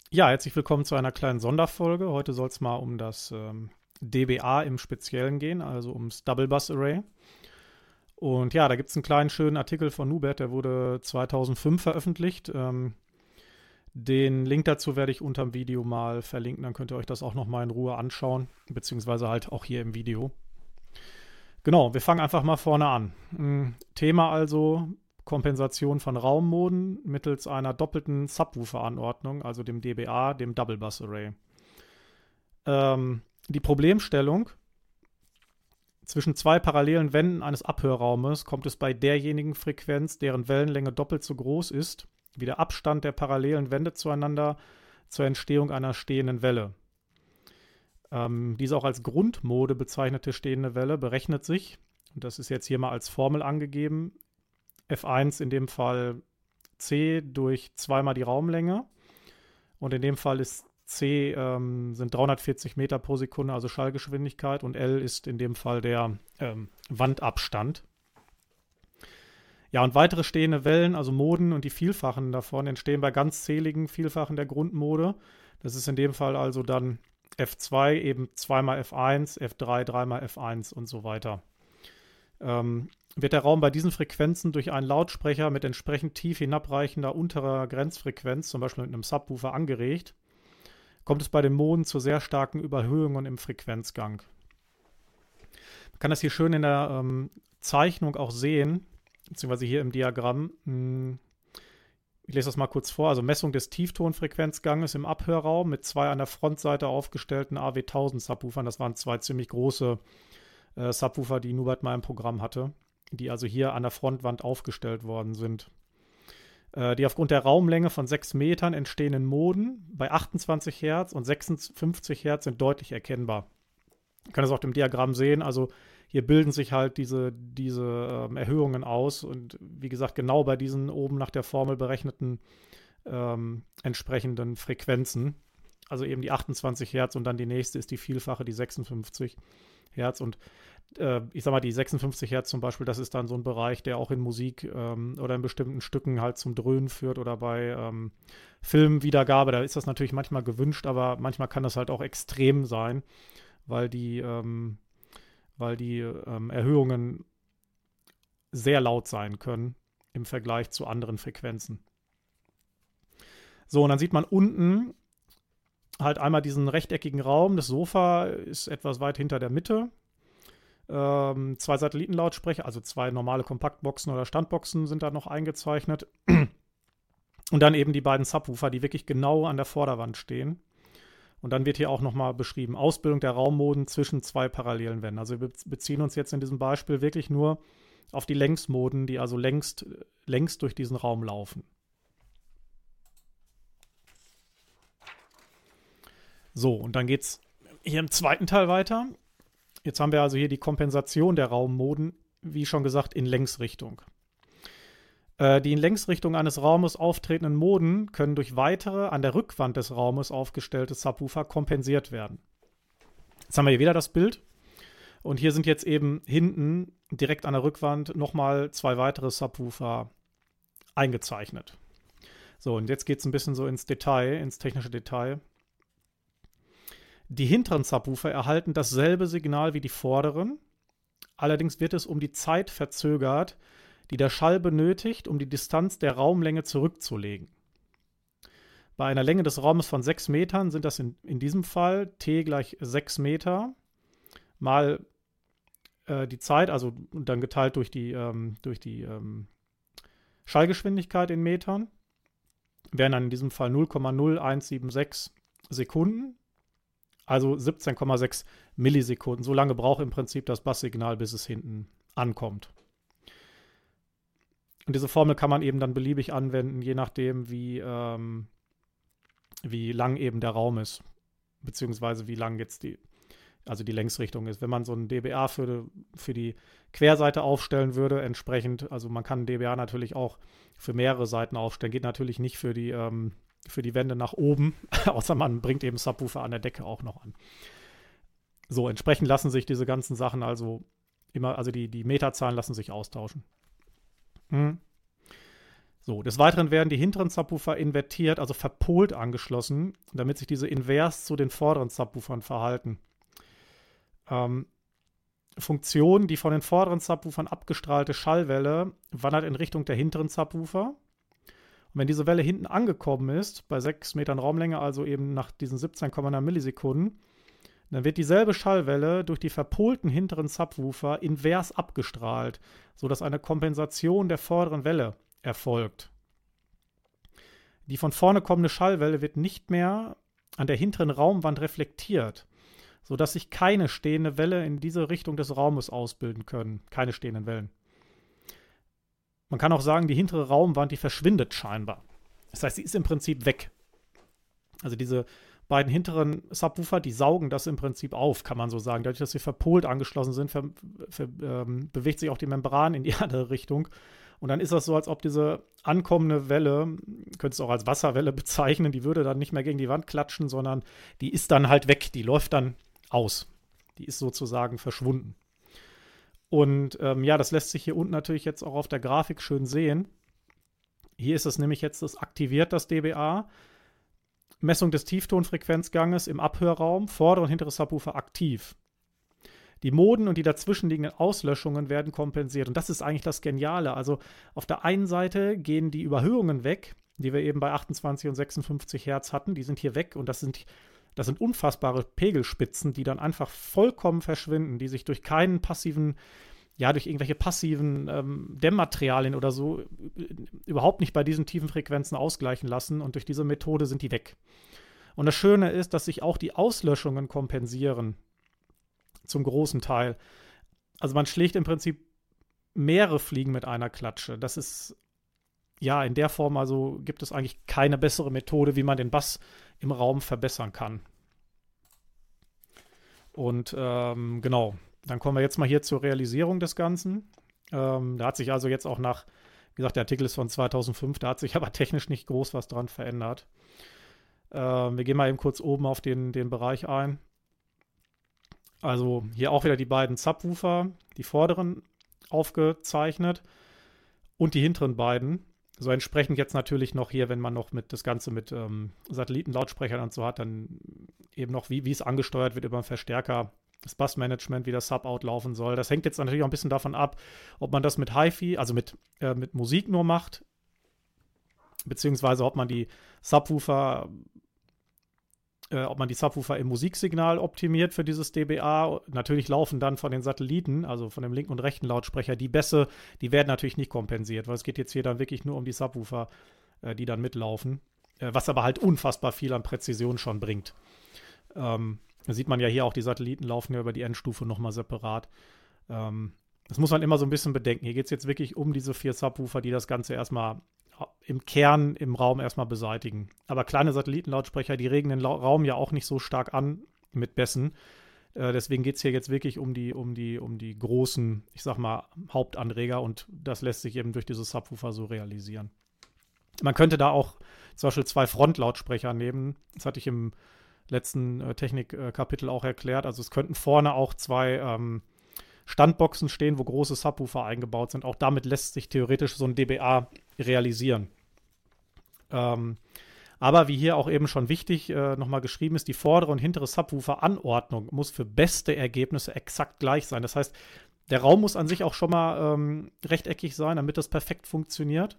Ja, herzlich willkommen zu einer kleinen Sonderfolge. Heute soll es mal um das DBA im Speziellen gehen, also ums Double Bus Array. Und ja, da gibt es einen kleinen schönen Artikel von Nubert, der wurde 2005 veröffentlicht. Den Link dazu werde ich unterm Video mal verlinken, dann könnt ihr euch das auch nochmal in Ruhe anschauen, beziehungsweise halt auch hier im Video. Genau, wir fangen einfach mal vorne an. Thema also Kompensation von Raummoden mittels einer doppelten Subwoofer-Anordnung, also dem DBA, dem Double Bus Array. Die Problemstellung: Zwischen zwei parallelen Wänden eines Abhörraumes kommt es bei derjenigen Frequenz, deren Wellenlänge doppelt so groß ist, wie der Abstand der parallelen Wände zueinander, zur Entstehung einer stehenden Welle. Diese auch als Grundmode bezeichnete stehende Welle berechnet sich, und das ist jetzt hier mal als Formel angegeben, F1 in dem Fall C durch zweimal die Raumlänge, und in dem Fall ist C sind 340 Meter pro Sekunde, also Schallgeschwindigkeit, und L ist in dem Fall der Wandabstand. Ja, und weitere stehende Wellen, also Moden und die Vielfachen davon, entstehen bei ganzzähligen Vielfachen der Grundmode. Das ist in dem Fall also dann F2 eben zweimal F1, F3 dreimal F1 und so weiter. Wird der Raum bei diesen Frequenzen durch einen Lautsprecher mit entsprechend tief hinabreichender unterer Grenzfrequenz, zum Beispiel mit einem Subwoofer, angeregt, kommt es bei den Moden zu sehr starken Überhöhungen im Frequenzgang. Man kann das hier schön in der Zeichnung auch sehen, beziehungsweise hier im Diagramm. Ich lese das mal kurz vor. Also Messung des Tieftonfrequenzganges im Abhörraum mit zwei an der Frontseite aufgestellten AW1000 Subwoofern. Das waren zwei ziemlich große Subwoofer, die Nubert mal im Programm hatte, die also hier an der Frontwand aufgestellt worden sind. Die aufgrund der Raumlänge von 6 Metern entstehenden Moden bei 28 Hertz und 56 Hertz sind deutlich erkennbar. Man kann das auch im Diagramm sehen. Also hier bilden sich halt diese Erhöhungen aus, und wie gesagt, genau bei diesen oben nach der Formel berechneten entsprechenden Frequenzen. Also eben die 28 Hertz und dann die nächste ist die Vielfache, die 56 Hertz. Und ich sag mal, die 56 Hertz zum Beispiel, das ist dann so ein Bereich, der auch in Musik oder in bestimmten Stücken halt zum Dröhnen führt, oder bei Filmwiedergabe. Da ist das natürlich manchmal gewünscht, aber manchmal kann das halt auch extrem sein, weil die Erhöhungen sehr laut sein können im Vergleich zu anderen Frequenzen. So, und dann sieht man unten halt einmal diesen rechteckigen Raum. Das Sofa ist etwas weit hinter der Mitte. Zwei Satellitenlautsprecher, also zwei normale Kompaktboxen oder Standboxen sind da noch eingezeichnet. Und dann eben die beiden Subwoofer, die wirklich genau an der Vorderwand stehen. Und dann wird hier auch nochmal beschrieben, Ausbildung der Raummoden zwischen zwei parallelen Wänden. Also wir beziehen uns jetzt in diesem Beispiel wirklich nur auf die Längsmoden, die also längst durch diesen Raum laufen. So, und dann geht es hier im zweiten Teil weiter. Jetzt haben wir also hier die Kompensation der Raummoden, wie schon gesagt, in Längsrichtung. Die in Längsrichtung eines Raumes auftretenden Moden können durch weitere an der Rückwand des Raumes aufgestellte Subwoofer kompensiert werden. Jetzt haben wir hier wieder das Bild. Und hier sind jetzt eben hinten direkt an der Rückwand nochmal zwei weitere Subwoofer eingezeichnet. So, und jetzt geht es ein bisschen so ins Detail, ins technische Detail. Die hinteren Subwoofer erhalten dasselbe Signal wie die vorderen. Allerdings wird es um die Zeit verzögert, die der Schall benötigt, um die Distanz der Raumlänge zurückzulegen. Bei einer Länge des Raumes von 6 Metern sind das in diesem Fall t gleich 6 Meter mal die Zeit, also dann geteilt durch die Schallgeschwindigkeit in Metern, wären dann in diesem Fall 0,0176 Sekunden, also 17,6 Millisekunden. So lange braucht im Prinzip das Basssignal, bis es hinten ankommt. Und diese Formel kann man eben dann beliebig anwenden, je nachdem, wie lang eben der Raum ist, beziehungsweise wie lang jetzt die Längsrichtung ist. Wenn man so ein DBA für die Querseite aufstellen würde, entsprechend, also man kann ein DBA natürlich auch für mehrere Seiten aufstellen, geht natürlich nicht für die Wände nach oben, außer man bringt eben Subwoofer an der Decke auch noch an. So, entsprechend lassen sich diese ganzen Sachen die Meterzahlen lassen sich austauschen. So, des Weiteren werden die hinteren Subwoofer invertiert, also verpolt angeschlossen, damit sich diese invers zu den vorderen Subwoofern verhalten. Funktion, die von den vorderen Subwoofern abgestrahlte Schallwelle wandert in Richtung der hinteren Subwoofer. Und wenn diese Welle hinten angekommen ist, bei 6 Metern Raumlänge, also eben nach diesen 17,9 Millisekunden, dann wird dieselbe Schallwelle durch die verpolten hinteren Subwoofer invers abgestrahlt, sodass eine Kompensation der vorderen Welle erfolgt. Die von vorne kommende Schallwelle wird nicht mehr an der hinteren Raumwand reflektiert, sodass sich keine stehende Welle in diese Richtung des Raumes ausbilden können. Keine stehenden Wellen. Man kann auch sagen, die hintere Raumwand, die verschwindet scheinbar. Das heißt, sie ist im Prinzip weg. Also diese beiden hinteren Subwoofer, die saugen das im Prinzip auf, kann man so sagen. Dadurch, dass sie verpolt angeschlossen sind, bewegt sich auch die Membran in die andere Richtung. Und dann ist das so, als ob diese ankommende Welle, könntest du auch als Wasserwelle bezeichnen, die würde dann nicht mehr gegen die Wand klatschen, sondern die ist dann halt weg, die läuft dann aus. Die ist sozusagen verschwunden. Und ja, das lässt sich hier unten natürlich jetzt auch auf der Grafik schön sehen. Hier ist es nämlich jetzt, das aktiviert das dBA. Messung des Tieftonfrequenzganges im Abhörraum, vordere und hintere Subwoofer aktiv. Die Moden und die dazwischenliegenden Auslöschungen werden kompensiert. Und das ist eigentlich das Geniale. Also auf der einen Seite gehen die Überhöhungen weg, die wir eben bei 28 und 56 Hertz hatten. Die sind hier weg und das sind unfassbare Pegelspitzen, die dann einfach vollkommen verschwinden, die sich durch keinen passiven, ja, durch irgendwelche passiven Dämmmaterialien oder so überhaupt nicht bei diesen tiefen Frequenzen ausgleichen lassen. Und durch diese Methode sind die weg. Und das Schöne ist, dass sich auch die Auslöschungen kompensieren. Zum großen Teil. Also man schlägt im Prinzip mehrere Fliegen mit einer Klatsche. Das ist, ja, in der Form, also gibt es eigentlich keine bessere Methode, wie man den Bass im Raum verbessern kann. Und genau, dann kommen wir jetzt mal hier zur Realisierung des Ganzen. Da hat sich also jetzt auch nach, wie gesagt, der Artikel ist von 2005, da hat sich aber technisch nicht groß was dran verändert. Wir gehen mal eben kurz oben auf den Bereich ein. Also hier auch wieder die beiden Subwoofer, die vorderen aufgezeichnet und die hinteren beiden. So entsprechend jetzt natürlich noch hier, wenn man noch das Ganze mit Satellitenlautsprechern und so hat, dann eben noch, wie es angesteuert wird über einen Verstärker, das Bassmanagement, wie das Sub-Out laufen soll. Das hängt jetzt natürlich auch ein bisschen davon ab, ob man das mit HiFi, also mit Musik nur macht, beziehungsweise ob man die Subwoofer im Musiksignal optimiert für dieses dBA. Natürlich laufen dann von den Satelliten, also von dem linken und rechten Lautsprecher, die Bässe, die werden natürlich nicht kompensiert, weil es geht jetzt hier dann wirklich nur um die Subwoofer, die dann mitlaufen, was aber halt unfassbar viel an Präzision schon bringt. Da sieht man ja hier auch, die Satelliten laufen ja über die Endstufe nochmal separat. Das muss man immer so ein bisschen bedenken. Hier geht es jetzt wirklich um diese 4 Subwoofer, die das Ganze erstmal im Kern im Raum erstmal beseitigen. Aber kleine Satellitenlautsprecher, die regen den Raum ja auch nicht so stark an mit Bässen. Deswegen geht es hier jetzt wirklich um die großen, ich sag mal, Hauptanreger und das lässt sich eben durch diese Subwoofer so realisieren. Man könnte da auch zum Beispiel 2 Frontlautsprecher nehmen. Das hatte ich im letzten Technikkapitel auch erklärt. Also es könnten vorne auch 2 Standboxen stehen, wo große Subwoofer eingebaut sind. Auch damit lässt sich theoretisch so ein dBA realisieren. Aber wie hier auch eben schon wichtig nochmal geschrieben ist, die vordere und hintere Subwoofer-Anordnung muss für beste Ergebnisse exakt gleich sein. Das heißt, der Raum muss an sich auch schon mal rechteckig sein, damit das perfekt funktioniert.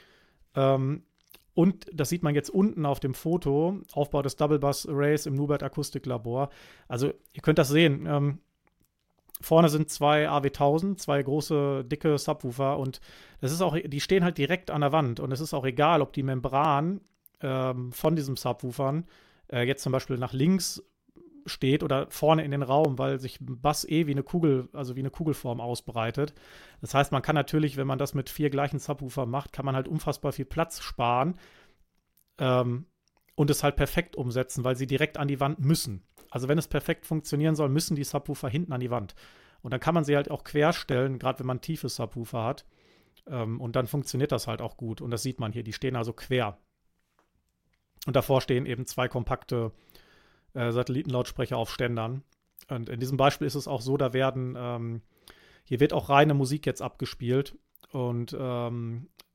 Und das sieht man jetzt unten auf dem Foto, Aufbau des Double Bus Arrays im Nubert Akustiklabor. Also ihr könnt das sehen. Vorne sind 2 AW1000, 2 große, dicke Subwoofer und das ist auch, die stehen halt direkt an der Wand und es ist auch egal, ob die Membran von diesem Subwoofern jetzt zum Beispiel nach links steht oder vorne in den Raum, weil sich Bass wie eine Kugel, also wie eine Kugelform ausbreitet. Das heißt, man kann natürlich, wenn man das mit 4 gleichen Subwoofern macht, kann man halt unfassbar viel Platz sparen und es halt perfekt umsetzen, weil sie direkt an die Wand müssen. Also wenn es perfekt funktionieren soll, müssen die Subwoofer hinten an die Wand. Und dann kann man sie halt auch querstellen, gerade wenn man tiefe Subwoofer hat. Und dann funktioniert das halt auch gut. Und das sieht man hier, die stehen also quer. Und davor stehen eben 2 kompakte Satellitenlautsprecher auf Ständern. Und in diesem Beispiel ist es auch so, da werden, hier wird auch reine Musik jetzt abgespielt. Und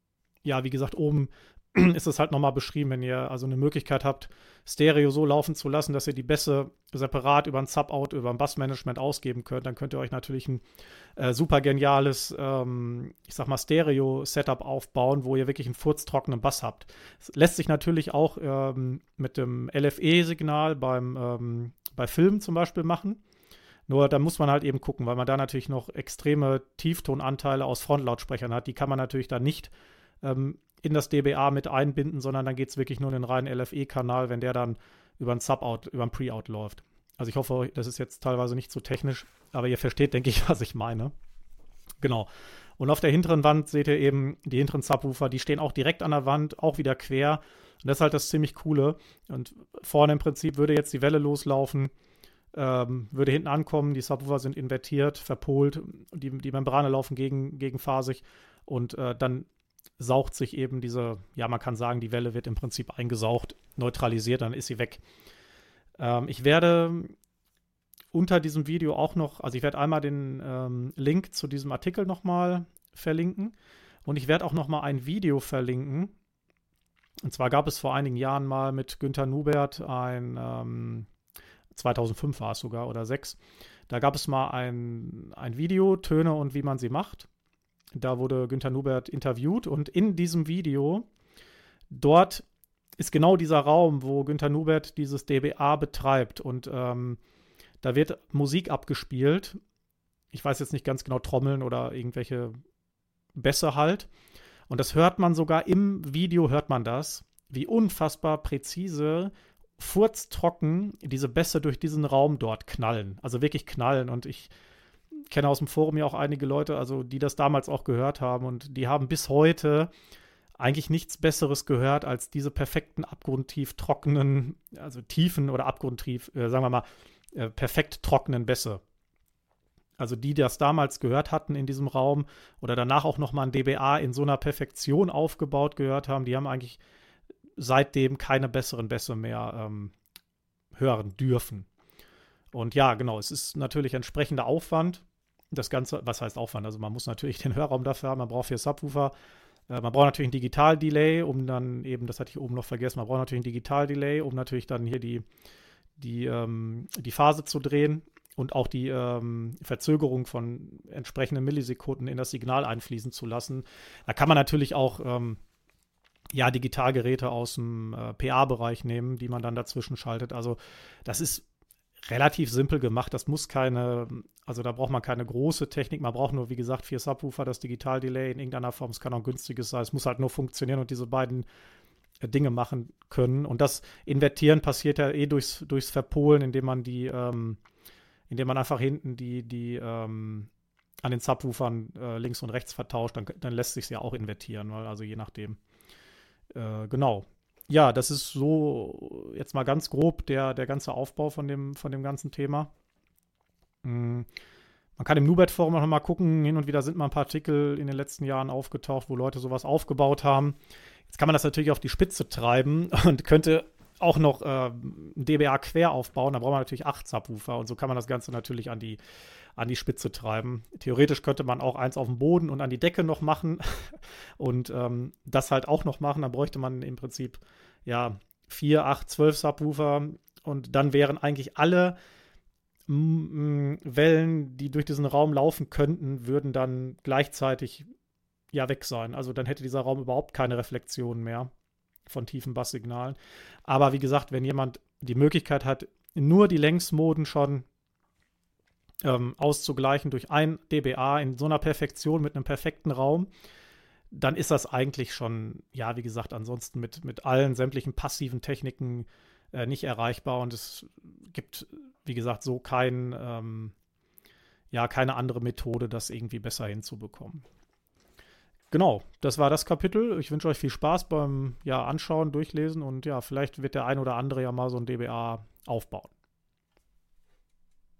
ja, wie gesagt, oben ist es halt nochmal beschrieben, wenn ihr also eine Möglichkeit habt, Stereo so laufen zu lassen, dass ihr die Bässe separat über ein Sub-Out, über ein Bassmanagement ausgeben könnt, dann könnt ihr euch natürlich ein super geniales, ich sag mal, Stereo-Setup aufbauen, wo ihr wirklich einen furztrockenen Bass habt. Es lässt sich natürlich auch mit dem LFE-Signal bei Filmen zum Beispiel machen. Nur da muss man halt eben gucken, weil man da natürlich noch extreme Tieftonanteile aus Frontlautsprechern hat. Die kann man natürlich da nicht in das DBA mit einbinden, sondern dann geht es wirklich nur in den reinen LFE-Kanal, wenn der dann über ein Sub-Out, über ein Pre-Out läuft. Also ich hoffe, das ist jetzt teilweise nicht so technisch, aber ihr versteht, denke ich, was ich meine. Genau. Und auf der hinteren Wand seht ihr eben die hinteren Subwoofer, die stehen auch direkt an der Wand, auch wieder quer. Und das ist halt das ziemlich Coole. Und vorne im Prinzip würde jetzt die Welle loslaufen, würde hinten ankommen, die Subwoofer sind invertiert, verpolt, die Membrane laufen gegenphasig und dann saugt sich eben diese, ja, man kann sagen, die Welle wird im Prinzip eingesaugt, neutralisiert, dann ist sie weg. Ich werde unter diesem Video auch noch, also ich werde einmal den Link zu diesem Artikel nochmal verlinken und ich werde auch nochmal ein Video verlinken. Und zwar gab es vor einigen Jahren mal mit Günther Nubert 2005 war es sogar oder 2006. Da gab es mal ein Video, Töne und wie man sie macht. Da wurde Günther Nubert interviewt und in diesem Video, dort ist genau dieser Raum, wo Günther Nubert dieses DBA betreibt und da wird Musik abgespielt. Ich weiß jetzt nicht ganz genau, Trommeln oder irgendwelche Bässe halt. Und das hört man sogar im Video, hört man das, wie unfassbar präzise, furztrocken diese Bässe durch diesen Raum dort knallen. Also wirklich knallen. Und ich kenne aus dem Forum ja auch einige Leute, also die das damals auch gehört haben und die haben bis heute eigentlich nichts Besseres gehört als diese perfekten, abgrundtief trockenen, also tiefen oder abgrundtief, sagen wir mal, perfekt trockenen Bässe. Also die das damals gehört hatten in diesem Raum oder danach auch nochmal ein DBA in so einer Perfektion aufgebaut gehört haben, die haben eigentlich seitdem keine besseren Bässe mehr hören dürfen. Und ja, genau, es ist natürlich entsprechender Aufwand. Das Ganze, was heißt Aufwand? Also man muss natürlich den Hörraum dafür haben, man braucht 4 Subwoofer. Man braucht natürlich ein Digital-Delay, um dann eben, das hatte ich oben noch vergessen, man braucht natürlich ein Digital-Delay, um natürlich dann hier die Phase zu drehen und auch die Verzögerung von entsprechenden Millisekunden in das Signal einfließen zu lassen. Da kann man natürlich auch Digitalgeräte aus dem PA-Bereich nehmen, die man dann dazwischen schaltet. Also das ist relativ simpel gemacht. Das muss also da braucht man keine große Technik. Man braucht nur, wie gesagt, 4 Subwoofer, das Digital-Delay in irgendeiner Form. Es kann auch ein günstiges sein. Es muss halt nur funktionieren und diese beiden Dinge machen können. Und das Invertieren passiert ja durchs Verpolen, indem man indem man einfach hinten die an den Subwoofern links und rechts vertauscht. Dann lässt sich ja auch invertieren, also je nachdem. Genau. Ja, das ist so jetzt mal ganz grob der ganze Aufbau von dem ganzen Thema. Man kann im Nubert-Forum noch mal gucken, hin und wieder sind mal ein paar Artikel in den letzten Jahren aufgetaucht, wo Leute sowas aufgebaut haben. Jetzt kann man das natürlich auf die Spitze treiben und könnte auch noch ein DBA quer aufbauen. Da braucht man natürlich 8 Subwoofer und so kann man das Ganze natürlich an die Spitze treiben. Theoretisch könnte man auch eins auf dem Boden und an die Decke noch machen und das halt auch noch machen. Dann bräuchte man im Prinzip 4, 8, 12 Subwoofer und dann wären eigentlich alle Wellen, die durch diesen Raum laufen könnten, würden dann gleichzeitig weg sein. Also dann hätte dieser Raum überhaupt keine Reflexion mehr von tiefen Basssignalen. Aber wie gesagt, wenn jemand die Möglichkeit hat, nur die Längsmoden schon auszugleichen durch ein DBA in so einer Perfektion mit einem perfekten Raum, dann ist das eigentlich schon, wie gesagt, ansonsten mit allen sämtlichen passiven Techniken nicht erreichbar und es gibt, wie gesagt, so keine andere Methode, das irgendwie besser hinzubekommen. Genau, das war das Kapitel. Ich wünsche euch viel Spaß beim Anschauen, Durchlesen und vielleicht wird der ein oder andere ja mal so ein DBA aufbauen.